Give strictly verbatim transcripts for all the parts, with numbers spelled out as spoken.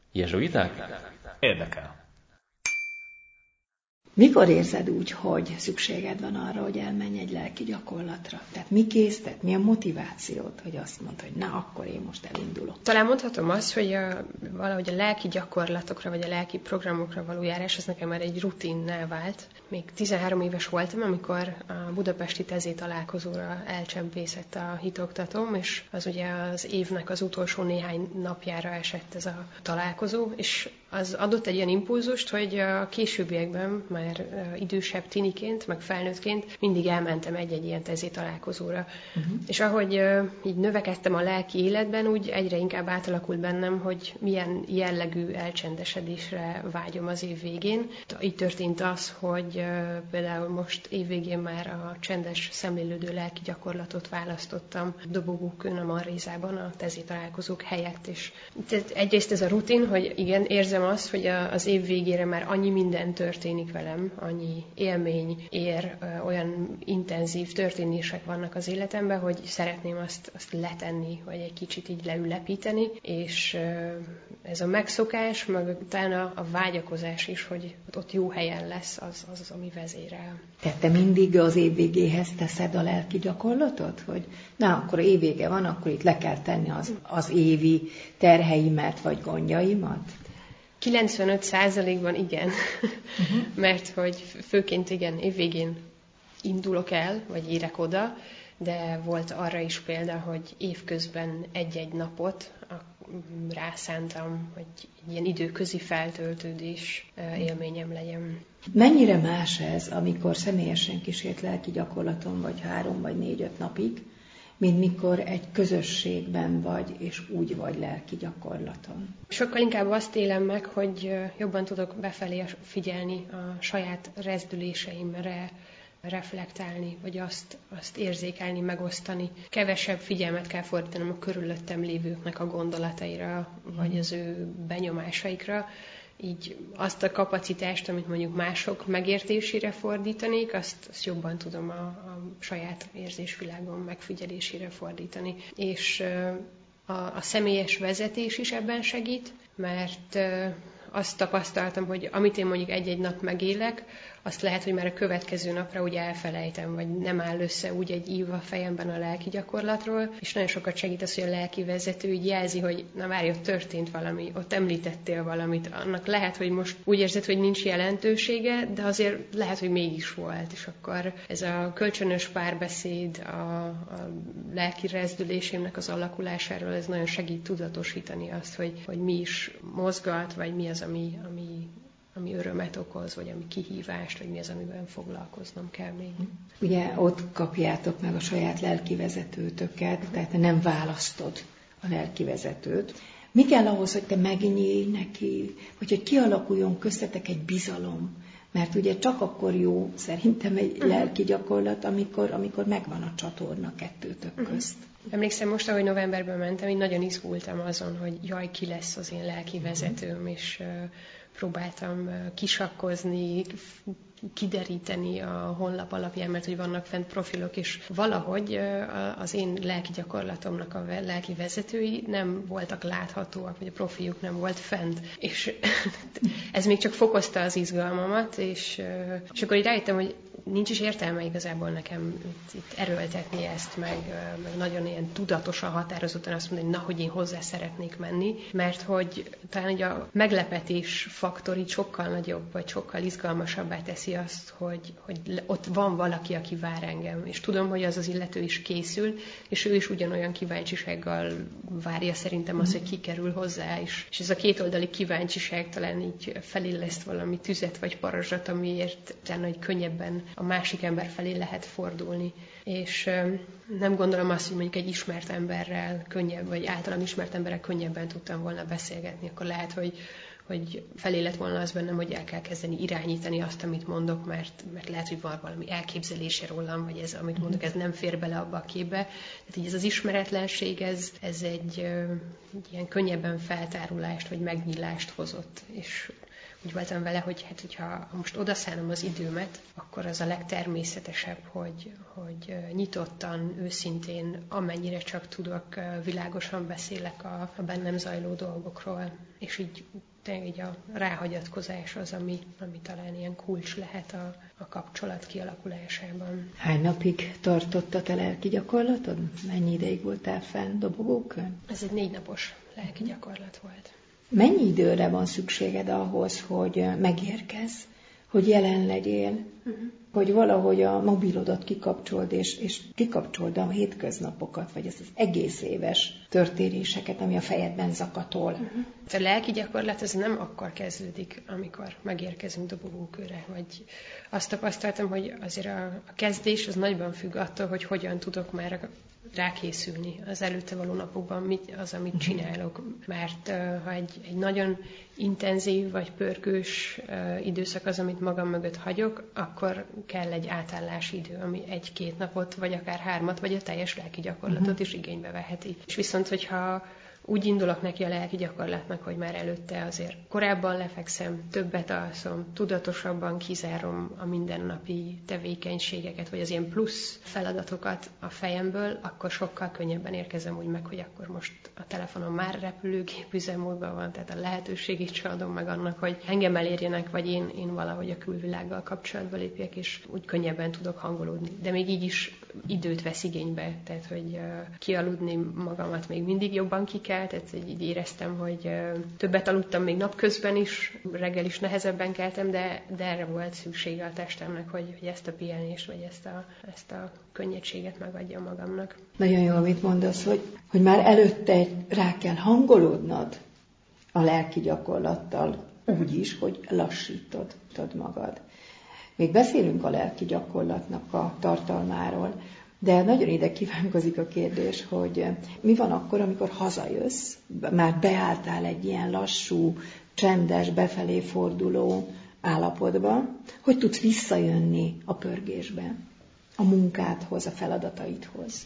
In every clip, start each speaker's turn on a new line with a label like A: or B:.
A: Jezsuiták?
B: Érdekel.
C: Mikor érzed úgy, hogy szükséged van arra, hogy elmenj egy lelki gyakorlatra? Tehát mi késztet, mi a motivációd, hogy azt mondd, hogy na, akkor én most elindulok?
D: Talán mondhatom azt, hogy a, valahogy a lelki gyakorlatokra, vagy a lelki programokra való járás, az nekem már egy rutinná vált. Még tizenhárom éves voltam, amikor a budapesti tezi találkozóra elcsempészett a hitoktatóm, és az ugye az évnek az utolsó néhány napjára esett ez a találkozó, és az adott egy ilyen impulzust, hogy a későbbiekben már idősebb tiniként, meg felnőttként mindig elmentem egy-egy ilyen tezi találkozóra. Uh-huh. És ahogy így növekedtem a lelki életben, úgy egyre inkább átalakult bennem, hogy milyen jellegű elcsendesedésre vágyom az év végén. Így történt az, hogy például most évvégén már a csendes szemlélődő lelki gyakorlatot választottam Dobogókőn a Marrézában a tezi találkozók helyett. És egyrészt ez a rutin, hogy igen, érzem azt, hogy az év végére már annyi minden történik velem, annyi élmény ér, olyan intenzív történések vannak az életemben, hogy szeretném azt, azt letenni, vagy egy kicsit így leülepíteni, és ez a megszokás, meg utána a vágyakozás is, hogy ott jó helyen lesz, az az, az ami vezérel.
C: Tehát te mindig az év végéhez teszed a lelki gyakorlatot? Hogy na, akkor év vége van, akkor itt le kell tenni az, az évi terheimet, vagy gondjaimat?
D: kilencvenöt százalékban igen, uh-huh. Mert hogy főként igen, évvégén indulok el, vagy érek oda, de volt arra is példa, hogy évközben egy-egy napot rászántam, hogy ilyen időközi feltöltődés élményem legyen.
C: Mennyire más ez, amikor személyesen kísért lelki gyakorlaton vagy három vagy négy-öt napig, mint mikor egy közösségben vagy, és úgy vagy lelki gyakorlaton?
D: Sokkal inkább azt élem meg, hogy jobban tudok befelé figyelni a saját rezdüléseimre, reflektálni, vagy azt, azt érzékelni, megosztani. Kevesebb figyelmet kell fordítanom a körülöttem lévőknek a gondolataira, vagy az ő benyomásaikra. Így azt a kapacitást, amit mondjuk mások megértésére fordítanék, azt, azt jobban tudom a, a saját érzésvilágom megfigyelésére fordítani. És a, a személyes vezetés is ebben segít, mert azt tapasztaltam, hogy amit én mondjuk egy-egy nap megélek, azt lehet, hogy már a következő napra úgy elfelejtem, vagy nem áll össze úgy egy ív a fejemben a lelki gyakorlatról, és nagyon sokat segít az, hogy a lelki vezető így jelzi, hogy na várj, ott történt valami, ott említettél valamit, annak lehet, hogy most úgy érzed, hogy nincs jelentősége, de azért lehet, hogy mégis volt, és akkor ez a kölcsönös párbeszéd, a, a lelki rezdülésémnek az alakulásáról, ez nagyon segít tudatosítani azt, hogy, hogy mi is mozgat, vagy mi az, ami, ami ami örömet okoz, vagy ami kihívást, vagy mi az, amiben foglalkoznom kell még.
C: Ugye ott kapjátok meg a saját lelkivezetőtöket, tehát te nem választod a lelkivezetőt. Mi kell ahhoz, hogy te megnyílj neki, vagy hogy kialakuljon köztetek egy bizalom? Mert ugye csak akkor jó szerintem egy uh-huh. lelki gyakorlat, amikor, amikor megvan a csatorna kettőtök uh-huh. közt.
D: Emlékszem most, ahogy novemberben mentem, én nagyon izgultam azon, hogy jaj, ki lesz az én lelki vezetőm, és uh, próbáltam kisakkozni, kideríteni a honlap alapján, mert hogy vannak fent profilok, és valahogy az én lelki gyakorlatomnak a lelki vezetői nem voltak láthatóak, vagy a profiljuk nem volt fent. És ez még csak fokozta az izgalmamat, és, és akkor így rájöttem, hogy nincs is értelme igazából nekem itt, itt erőltetni ezt, meg, meg nagyon ilyen tudatosan, határozottan azt mondani, hogy na, hogy én hozzá szeretnék menni, mert hogy talán ugye a meglepetés faktor így sokkal nagyobb, vagy sokkal izgalmasabbá teszi azt, hogy, hogy ott van valaki, aki vár engem, és tudom, hogy az az illető is készül, és ő is ugyanolyan kíváncsisággal várja szerintem azt, hogy ki kerül hozzá, és, és ez a kétoldali kíváncsiság talán így felilleszt valami tüzet vagy parazsat, amiért utána egy könnyebben a másik ember felé lehet fordulni. És nem gondolom azt, hogy mondjuk egy ismert emberrel könnyebb, vagy általam ismert emberrel könnyebben tudtam volna beszélgetni, akkor lehet, hogy, hogy felé lett volna az bennem, hogy el kell kezdeni irányítani azt, amit mondok, mert, mert lehet, hogy van valami elképzelése rólam, vagy ez, amit mondok, ez nem fér bele abba a képbe. Tehát így ez az ismeretlenség, ez, ez egy, egy ilyen könnyebben feltárulást, vagy megnyílást hozott, és úgy voltam vele, hogy hát, hogyha most odaszállom az időmet, akkor az a legtermészetesebb, hogy, hogy nyitottan, őszintén, amennyire csak tudok, világosan beszélek a, a bennem zajló dolgokról, és így tényleg így a ráhagyatkozás az, ami, ami talán ilyen kulcs lehet a, a kapcsolat kialakulásában.
C: Hány napig tartott a te lelki gyakorlatod? Mennyi ideig voltál fenn dobogókön?
D: Ez egy négy napos lelki gyakorlat volt.
C: Mennyi időre van szükséged ahhoz, hogy megérkezz, hogy jelen legyél, uh-huh. hogy valahogy a mobilodat kikapcsold, és, és kikapcsold a hétköznapokat, vagy ezt az egész éves történéseket, ami a fejedben zakatol. Uh-huh.
D: A lelki gyakorlat ez nem akkor kezdődik, amikor megérkezünk dobogókőre, vagy azt tapasztaltam, hogy azért a, a kezdés az nagyban függ attól, hogy hogyan tudok már rákészülni az előtte való napokban, mit, az, amit csinálok. Mert uh, ha egy, egy nagyon intenzív vagy pörgős uh, időszak az, amit magam mögött hagyok, akkor kell egy átállási idő, ami egy-két napot, vagy akár hármat, vagy a teljes lelki gyakorlatot uh-huh. is igénybe veheti. És viszont, hogyha úgy indulok neki a lelki gyakorlatnak, hogy már előtte azért korábban lefekszem, többet alszom, tudatosabban kizárom a mindennapi tevékenységeket, vagy az ilyen plusz feladatokat a fejemből, akkor sokkal könnyebben érkezem úgy meg, hogy akkor most a telefonom már repülőgép üzemmódban van, tehát a lehetőségét sem adom meg annak, hogy engem elérjenek, vagy én, én valahogy a külvilággal kapcsolatba lépjek, és úgy könnyebben tudok hangolódni. De még így is időt vesz igénybe, tehát hogy uh, kialudni magamat még mindig jobban ki kell, tehát így éreztem, hogy uh, többet aludtam még napközben is, reggel is nehezebben keltem, de, de erre volt szüksége a testemnek, hogy, hogy ezt a pihenést, vagy ezt a, ezt a könnyedséget megadja magamnak.
C: Nagyon jó, amit mondasz, hogy, hogy már előtte rá kell hangolódnod a lelki gyakorlattal, úgy is, hogy lassítod magad. Még beszélünk a lelki gyakorlatnak a tartalmáról, de nagyon ide kívánkozik a kérdés, hogy mi van akkor, amikor hazajössz, már beálltál egy ilyen lassú, csendes, befelé forduló állapotba, hogy tudsz visszajönni a pörgésbe, a munkádhoz, a feladataidhoz.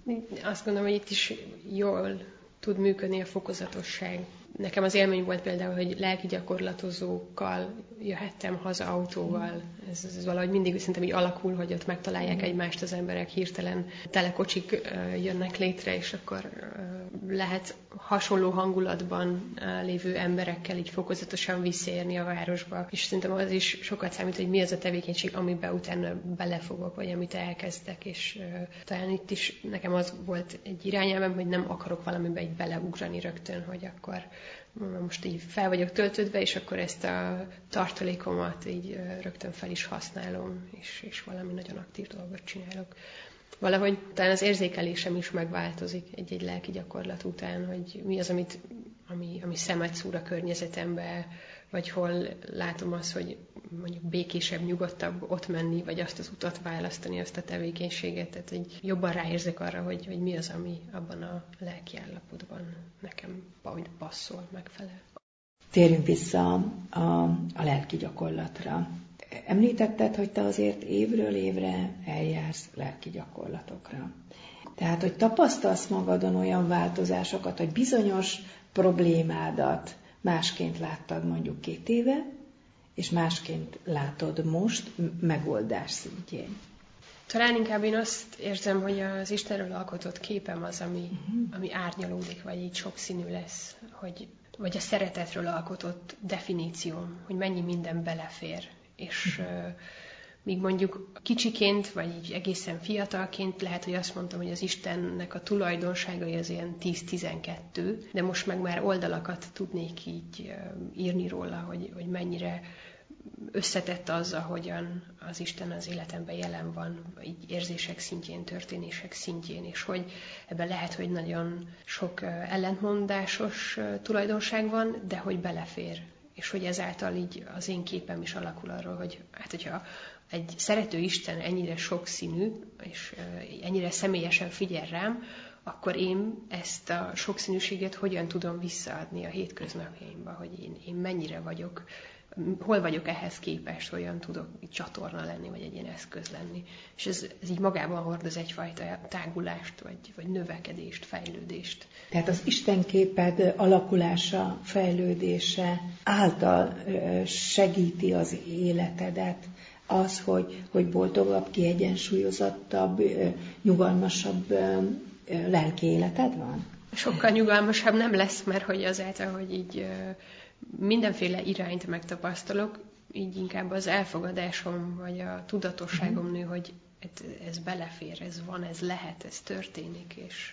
D: Azt gondolom, hogy itt is jól tud működni a fokozatosság. Nekem az élmény volt például, hogy lelki gyakorlatozókkal jöhettem haza autóval. Ez, ez valahogy mindig szerintem így alakul, hogy ott megtalálják egymást az emberek, hirtelen telekocsik jönnek létre, és akkor lehet hasonló hangulatban lévő emberekkel így fokozatosan visszaérni a városba. És szerintem az is sokat számít, hogy mi az a tevékenység, amiben utána belefogok, vagy amit elkezdek. És talán itt is nekem az volt egy irányelvem, hogy nem akarok valamiben így beleugrani rögtön, hogy akkor most így fel vagyok töltődve, és akkor ezt a tartalékomat így rögtön fel is használom, és, és valami nagyon aktív dolgot csinálok. Valahogy talán az érzékelésem is megváltozik egy-egy lelki gyakorlat után, hogy mi az, amit, ami, ami szemet szúr a környezetembe, vagy hol látom azt, hogy mondjuk békésebb, nyugodtabb ott menni, vagy azt az utat választani, azt a tevékenységet. Tehát egy jobban ráérzek arra, hogy, hogy mi az, ami abban a lelki állapotban nekem passzol, megfelel.
C: Térjünk vissza a, a lelki gyakorlatra. Említetted, hogy te azért évről évre eljársz lelki gyakorlatokra. Tehát, hogy tapasztalsz magadon olyan változásokat, hogy bizonyos problémádat másként láttad mondjuk két éve, és másként látod most megoldás szintjén.
D: Talán inkább én azt érzem, hogy az Istenről alkotott képem az, ami, uh-huh. ami árnyalódik, vagy így sokszínű lesz, hogy, vagy a szeretetről alkotott definícióm, hogy mennyi minden belefér. És uh-huh. uh, míg mondjuk kicsiként, vagy így egészen fiatalként lehet, hogy azt mondtam, hogy az Istennek a tulajdonságai az ilyen tíz-tizenkettő, de most meg már oldalakat tudnék így uh, írni róla, hogy, hogy mennyire összetett az, ahogyan az Isten az életemben jelen van, így érzések szintjén, történések szintjén, és hogy ebben lehet, hogy nagyon sok uh, ellentmondásos uh, tulajdonság van, de hogy belefér. És hogy ezáltal így az én képem is alakul arról, hogy hát hogyha egy szerető Isten ennyire sokszínű, és ennyire személyesen figyel rám, akkor én ezt a sokszínűséget hogyan tudom visszaadni a hétköznapjaimba, hogy én, én mennyire vagyok hol vagyok ehhez képest, hogyan tudok csatorna lenni, vagy egy ilyen eszköz lenni. És ez, ez így magában hordoz egyfajta tágulást, vagy, vagy növekedést, fejlődést.
C: Tehát az istenképed alakulása, fejlődése által segíti az életedet, az, hogy, hogy boldogabb, kiegyensúlyozottabb, nyugalmasabb lelki életed van?
D: Sokkal nyugalmasabb nem lesz, mert hogy azáltal, hogy így mindenféle irányt megtapasztalok, így inkább az elfogadásom, vagy a tudatosságom uh-huh. nő, hogy ez belefér, ez van, ez lehet, ez történik, és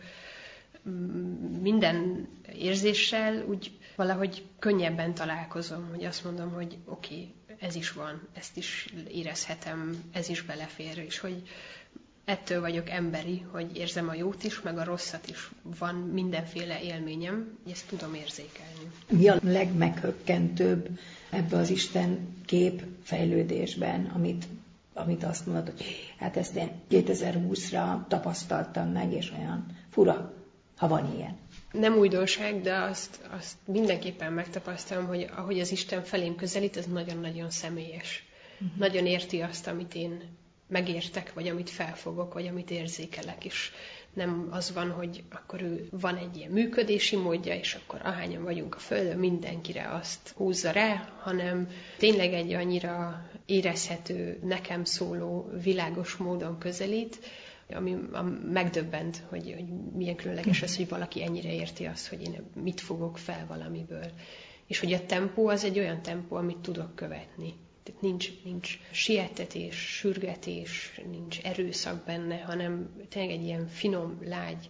D: minden érzéssel úgy valahogy könnyebben találkozom, hogy azt mondom, hogy oké, okay, ez is van, ezt is érezhetem, ez is belefér, és hogy ettől vagyok emberi, hogy érzem a jót is, meg a rosszat is. Van mindenféle élményem, ezt tudom érzékelni.
C: Mi a legmeghökkentőbb ebbe az Isten kép fejlődésben, amit, amit azt mondod, hogy hát ezt én kétezer-húszra tapasztaltam meg, és olyan fura, ha van ilyen.
D: Nem újdonság, de azt, azt mindenképpen megtapasztalom, hogy ahogy az Isten felém közelít, ez nagyon-nagyon személyes. Uh-huh. Nagyon érti azt, amit én megértek, vagy amit felfogok, vagy amit érzékelek, és nem az van, hogy akkor ő van egy ilyen működési módja, és akkor ahányan vagyunk a Földön, mindenkire azt húzza rá, hanem tényleg egy annyira érezhető, nekem szóló, világos módon közelít, ami megdöbbent, hogy, hogy milyen különleges az, hogy valaki ennyire érti azt, hogy én mit fogok fel valamiből. És hogy a tempó az egy olyan tempó, amit tudok követni. Tehát nincs, nincs sietetés, sürgetés, nincs erőszak benne, hanem tényleg egy ilyen finom, lágy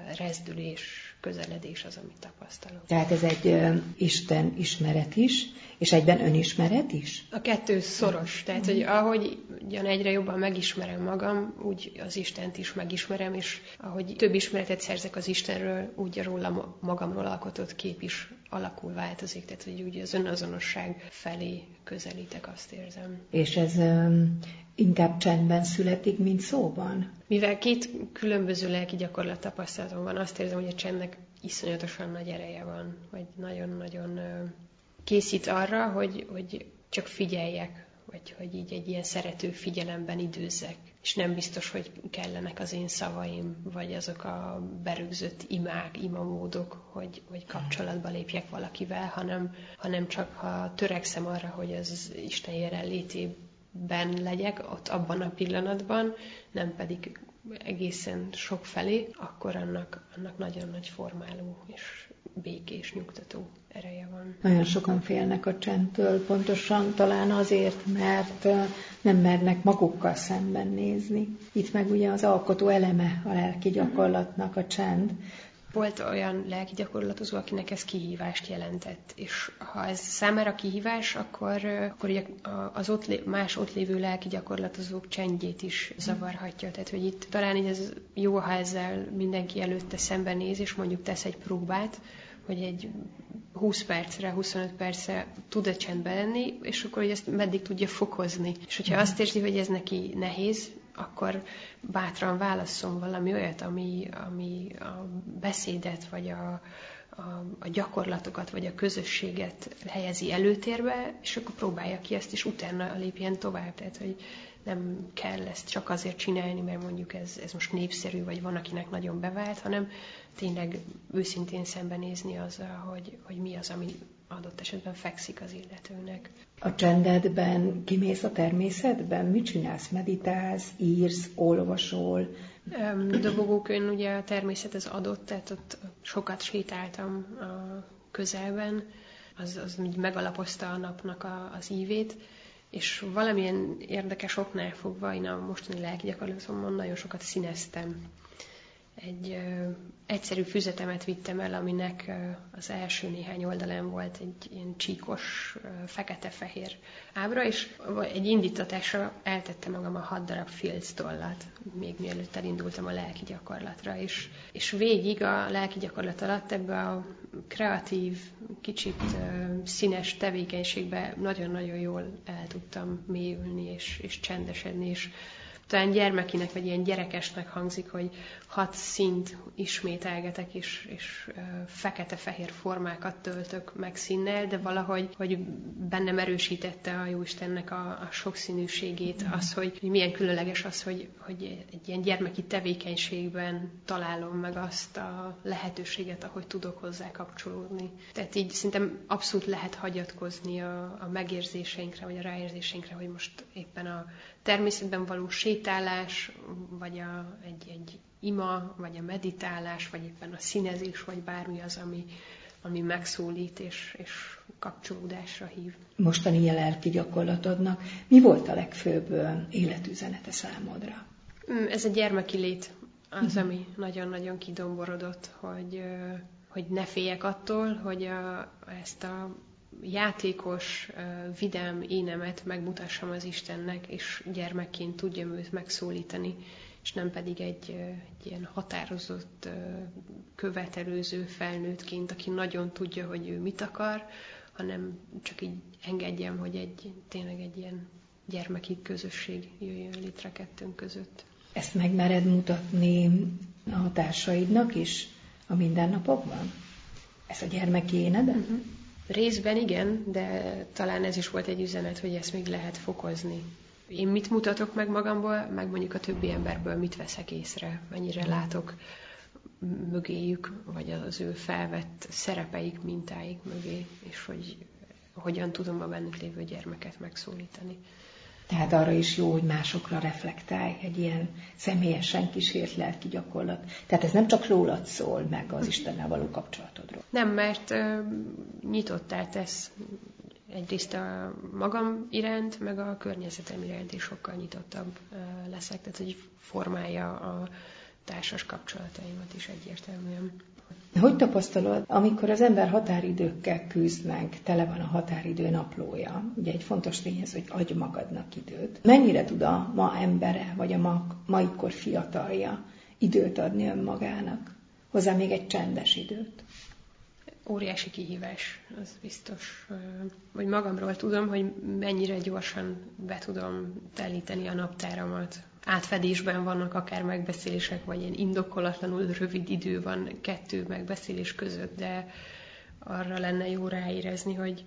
D: rezdülés, közeledés az, amit tapasztalok.
C: Tehát ez egy uh, Isten ismeret is, és egyben önismeret is?
D: A kettő szoros. Tehát, hogy ahogy ugyan egyre jobban megismerem magam, úgy az Istent is megismerem, és ahogy több ismeretet szerzek az Istenről, úgy a róla magamról alkotott kép is alakul, változik. Tehát, hogy úgy az önazonosság felé közelítek, azt érzem.
C: És ez um, inkább csendben születik, mint szóban?
D: Mivel két különböző lelki gyakorlat tapasztalatom van, azt érzem, hogy a csendnek iszonyatosan nagy ereje van, vagy nagyon-nagyon készít arra, hogy, hogy csak figyeljek, vagy hogy így egy ilyen szerető figyelemben időzzek. És nem biztos, hogy kellenek az én szavaim, vagy azok a berögzött imák, imamódok, hogy, hogy kapcsolatba lépjek valakivel, hanem, hanem csak ha törekszem arra, hogy az Isten jelenlétében legyek, ott abban a pillanatban, nem pedig egészen sok felé, akkor annak, annak nagyon nagy formáló és békés, nyugtató ereje van.
C: Nagyon sokan félnek a csendtől, pontosan talán azért, mert nem mernek magukkal szemben nézni. Itt meg ugye az alkotó eleme a lelki gyakorlatnak a csend.
D: Volt olyan lelki gyakorlatozó, akinek ez kihívást jelentett, és ha ez számára kihívás, akkor, akkor ugye az ott lé, más ott lévő lelki gyakorlatozók csendjét is zavarhatja. Tehát, hogy itt talán így ez jó, ha ezzel mindenki előtte szembenéz, és mondjuk tesz egy próbát, hogy egy húsz percre, huszonöt percre tud-e csendben lenni, és akkor hogy ezt meddig tudja fokozni. És hogyha azt érzi, hogy ez neki nehéz, akkor bátran válasszon valami olyat, ami, ami a beszédet, vagy a, a, a gyakorlatokat, vagy a közösséget helyezi előtérbe, és akkor próbálja ki ezt, és utána lépjen tovább. Tehát, hogy nem kell ezt csak azért csinálni, mert mondjuk ez, ez most népszerű, vagy van, akinek nagyon bevált, hanem tényleg őszintén szembenézni azzal, hogy, hogy mi az, ami adott esetben fekszik az illetőnek.
C: A csendedben kimész a természetben? Mit csinálsz? Meditálsz, írsz, olvasol?
D: Dobogókön ugye a természet az adott, tehát ott sokat sétáltam a közelben, az, az megalapozta a napnak a, az ívét, és valamilyen érdekes oknál fogva én a mostani lelkigyakorlatomon nagyon sokat színeztem. Egy ö, egyszerű füzetemet vittem el, aminek ö, az első néhány oldalán volt egy ilyen csíkos, ö, fekete-fehér ábra, és egy indítatásra eltettem magam a hat darab filctollat, még mielőtt elindultam a lelki gyakorlatra. És, és végig a lelki gyakorlat alatt ebbe a kreatív, kicsit ö, színes tevékenységbe nagyon-nagyon jól el tudtam mélyülni, és, és csendesedni, és talán gyermekinek, vagy ilyen gyerekesnek hangzik, hogy hat színt ismételgetek, és, és uh, fekete-fehér formákat töltök meg színnel, de valahogy hogy bennem erősítette a Jóistennek a, a sokszínűségét, mm. az, hogy, hogy milyen különleges az, hogy, hogy egy ilyen gyermeki tevékenységben találom meg azt a lehetőséget, ahogy tudok hozzá kapcsolódni. Tehát így szerintem abszolút lehet hagyatkozni a, a megérzéseinkre, vagy a ráérzéseinkre, hogy most éppen a természetben való sétálás, vagy a, egy, egy ima, vagy a meditálás, vagy éppen a színezés, vagy bármi az, ami, ami megszólít és, és kapcsolódásra hív.
C: Mostani a lelki gyakorlatodnak mi volt a legfőbb életüzenete számodra?
D: Ez a gyermeki lét az, ami nagyon-nagyon kidomborodott, hogy, hogy ne féljek attól, hogy a, ezt a játékos, vidám énemet megmutassam az Istennek, és gyermekként tudjam őt megszólítani, és nem pedig egy, egy ilyen határozott, követelőző felnőttként, aki nagyon tudja, hogy ő mit akar, hanem csak így engedjem, hogy egy, tényleg egy ilyen gyermeki közösség jöjjön létre kettőnk között.
C: Ezt meg mered mutatni a társaidnak is a mindennapokban? Ez a gyermeki éneded? Uh-huh.
D: Részben igen, de talán ez is volt egy üzenet, hogy ezt még lehet fokozni. Én mit mutatok meg magamból, meg mondjuk a többi emberből mit veszek észre, mennyire látok mögéjük, vagy az ő felvett szerepeik, mintáik mögé, és hogy hogyan tudom a bennük lévő gyermeket megszólítani.
C: Tehát arra is jó, hogy másokra reflektálj, egy ilyen személyesen kísért lelki gyakorlat. Tehát ez nem csak rólad szól, meg az Istennel való kapcsolatodról.
D: Nem, mert uh, nyitottá tesz egyrészt a magam iránt, meg a környezetem iránt is sokkal nyitottabb uh, leszek. Tehát, hogy formálja a társas kapcsolataimat is egyértelműen.
C: Hogy tapasztalod, amikor az ember határidőkkel küzd meg, tele van a határidő naplója, ugye egy fontos tényező, hogy adj magadnak időt. Mennyire tud a ma embere, vagy a ma, mai kor fiatalja időt adni önmagának? Hozzá még egy csendes időt.
D: Óriási kihívás, az biztos. Vagy magamról tudom, hogy mennyire gyorsan be tudom telíteni a naptáramat. Átfedésben vannak akár megbeszélések, vagy ilyen indokolatlanul rövid idő van kettő megbeszélés között, de arra lenne jó ráérezni, hogy,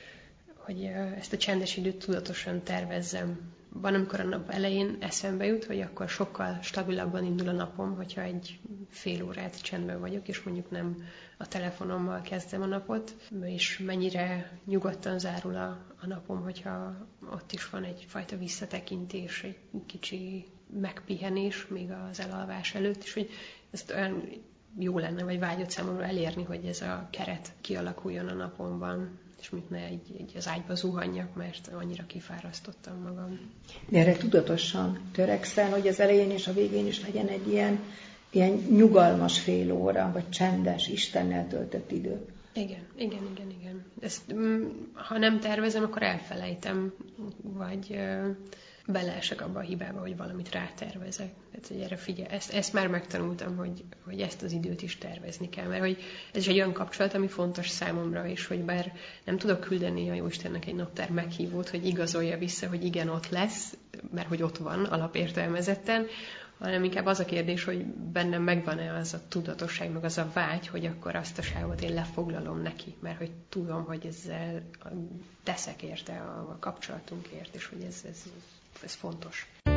D: hogy ezt a csendes időt tudatosan tervezzem. Van, amikor a nap elején eszembe jut, hogy akkor sokkal stabilabban indul a napom, hogyha egy fél órát csendben vagyok, és mondjuk nem a telefonommal kezdem a napot, és mennyire nyugodtan zárul a, a napom, hogyha ott is van egyfajta visszatekintés, egy kicsi megpihenés még az elalvás előtt, és hogy ezt olyan jó lenne, vagy vágyott számomra elérni, hogy ez a keret kialakuljon a napomban, és mint ne egy, egy az ágyba zuhanjak, mert annyira kifárasztottam magam.
C: De erre tudatosan törekszel, hogy az elején és a végén is legyen egy ilyen, ilyen nyugalmas fél óra, vagy csendes, Istennel töltött idő.
D: Igen, igen, igen, igen. Ezt, ha nem tervezem, akkor elfelejtem, vagy beleesek abba a hibába, hogy valamit rátervezek. Tehát, hogy erre figyelj, ezt, ezt már megtanultam, hogy, hogy ezt az időt is tervezni kell, mert hogy ez is egy olyan kapcsolat, ami fontos számomra, és hogy bár nem tudok küldeni a Jóistennek egy naptár meghívót, hogy igazolja vissza, hogy igen, ott lesz, mert hogy ott van alapértelmezetten, hanem inkább az a kérdés, hogy bennem megvan-e az a tudatosság, meg az a vágy, hogy akkor azt a sávot én lefoglalom neki, mert hogy tudom, hogy ezzel teszek érte a kapcsolatunkért, és hogy ez, ez, ez fontos.